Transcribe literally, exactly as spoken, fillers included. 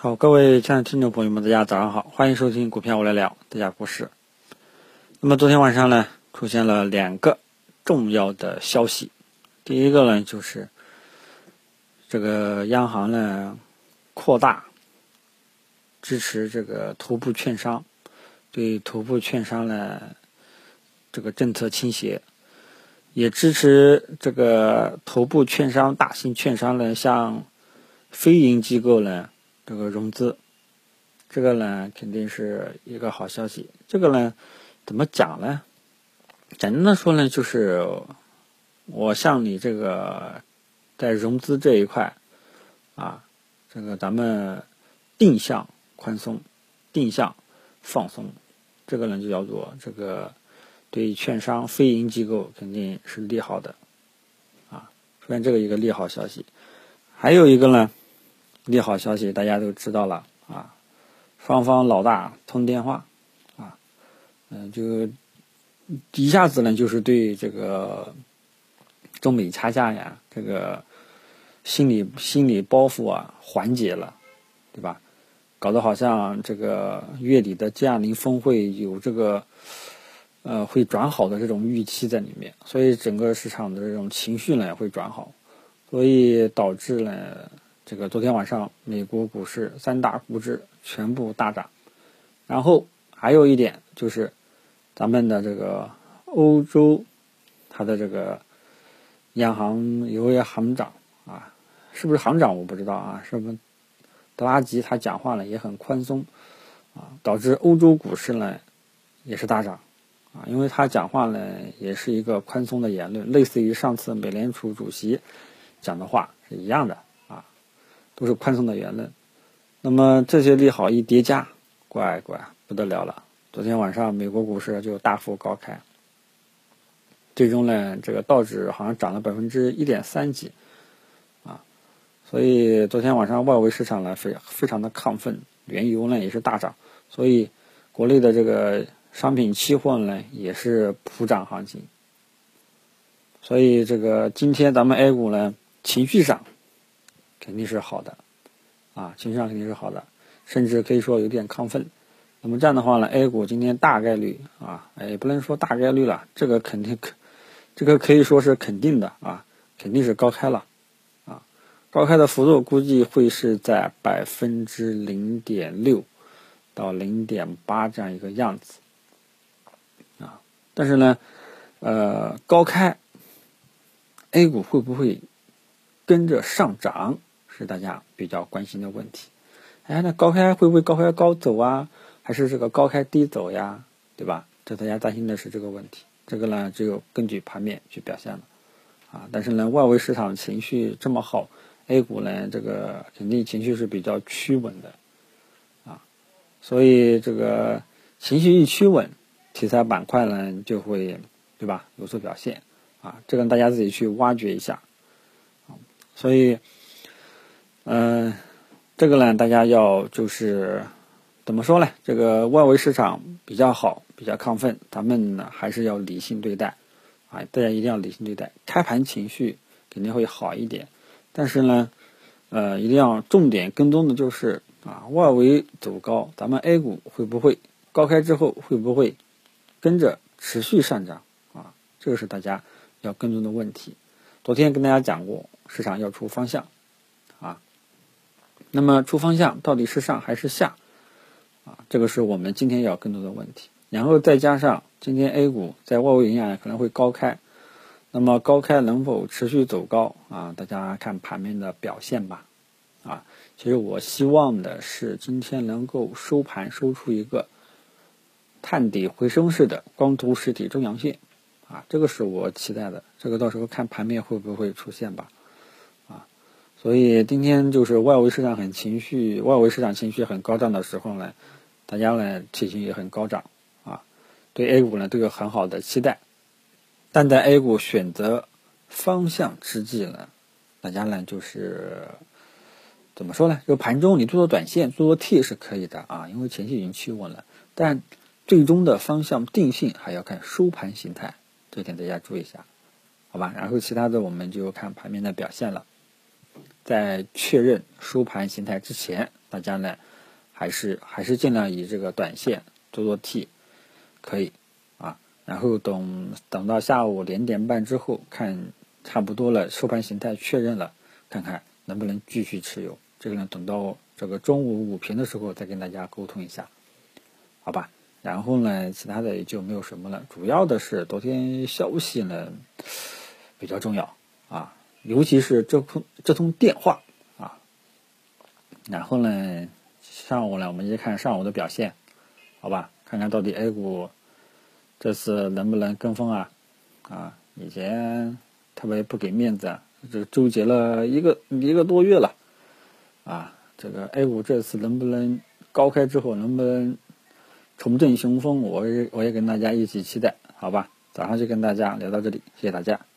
好，各位亲爱的听众朋友们，大家早上好，欢迎收听股票我来聊，大家股市。那么昨天晚上呢，出现了两个重要的消息。第一个呢，就是这个央行呢扩大支持这个头部券商，对头部券商呢这个政策倾斜，也支持这个头部券商、大型券商呢向非银机构呢这个融资，这个呢肯定是一个好消息。这个呢怎么讲呢？简单的说呢，就是我向你这个在融资这一块啊，这个咱们定向宽松，定向放松，这个呢就叫做这个对券商、非银机构肯定是利好的啊。首先这个一个利好消息，还有一个呢利好消息大家都知道了啊，双方老大通电话啊，嗯、呃，就一下子呢就是对这个中美掐架呀，这个心理心理包袱啊缓解了，对吧？搞得好像这个月底的 G 二十 峰会有这个呃会转好的这种预期在里面，所以整个市场的这种情绪呢也会转好，所以导致呢这个昨天晚上美国股市三大股指全部大涨。然后还有一点就是咱们的这个欧洲它的这个央行有位行长啊，是不是行长我不知道啊，是不是德拉吉他讲话呢也很宽松啊，导致欧洲股市呢也是大涨啊，因为他讲话呢也是一个宽松的言论，类似于上次美联储主席讲的话是一样的啊，都是宽松的言论。那么这些利好一叠加，乖乖不得了了，昨天晚上美国股市就大幅高开，最终呢这个道指好像涨了百分之一点三几啊，所以昨天晚上外围市场呢非非常的亢奋，原油呢也是大涨，所以国内的这个商品期货呢也是普涨行情。所以这个今天咱们 A 股呢情绪上肯定是好的啊，情绪上肯定是好的，甚至可以说有点亢奋。那么这样的话呢 A 股今天大概率啊，也不能说大概率了，这个肯定可这个可以说是肯定的啊，肯定是高开了啊，高开的幅度估计会是在百分之零点六到零点八这样一个样子啊。但是呢呃高开 A 股会不会跟着上涨是大家比较关心的问题。哎，那高开会不会高开高走啊，还是这个高开低走呀，对吧？这大家担心的是这个问题，这个呢只有根据盘面去表现了啊。但是呢外围市场情绪这么好， A 股呢这个肯定情绪是比较趋稳的啊，所以这个情绪一趋稳，题材板块呢就会对吧有所表现啊，这个大家自己去挖掘一下啊。所以嗯、呃这个呢大家要就是怎么说呢，这个外围市场比较好，比较亢奋，咱们呢还是要理性对待啊，大家一定要理性对待。开盘情绪肯定会好一点，但是呢呃一定要重点跟踪的就是啊外围走高，咱们 A 股会不会高开之后会不会跟着持续上涨啊，这个是大家要跟踪的问题。昨天跟大家讲过，市场要出方向啊，那么出方向到底是上还是下啊？这个是我们今天要跟踪的问题。然后再加上今天 A 股在外围影响可能会高开，那么高开能否持续走高啊？大家看盘面的表现吧。啊，其实我希望的是今天能够收盘收出一个探底回升式的光头实体中阳线啊，这个是我期待的。这个到时候看盘面会不会出现吧。所以今天就是外围市场很情绪，外围市场情绪很高涨的时候呢，大家呢情绪也很高涨啊，对 A 股呢都有很好的期待。但在 A 股选择方向之际呢，大家呢就是怎么说呢？就盘中你做做短线、做做 T 是可以的啊，因为情绪已经趋稳了。但最终的方向定性还要看收盘形态，这点大家注意一下，好吧？然后其他的我们就看盘面的表现了。 在确认收盘形态之前，大家呢还是还是尽量以这个短线做做 T， 可以啊。然后等等到下午两点半之后，看差不多了，收盘形态确认了，看看能不能继续持有。这个呢，等到这个中午午评的时候再跟大家沟通一下，好吧？然后呢，其他的也就没有什么了。主要的是昨天消息呢比较重要啊，尤其是这通这通电话啊。然后呢，上午呢，我们一看上午的表现，好吧？看看到底 A 股这次能不能跟风啊？啊，以前特别不给面子啊，这纠结了一个一个多月了啊。这个 A 股这次能不能高开之后能不能重振雄风，我也我也跟大家一起期待，好吧？早上就跟大家聊到这里，谢谢大家。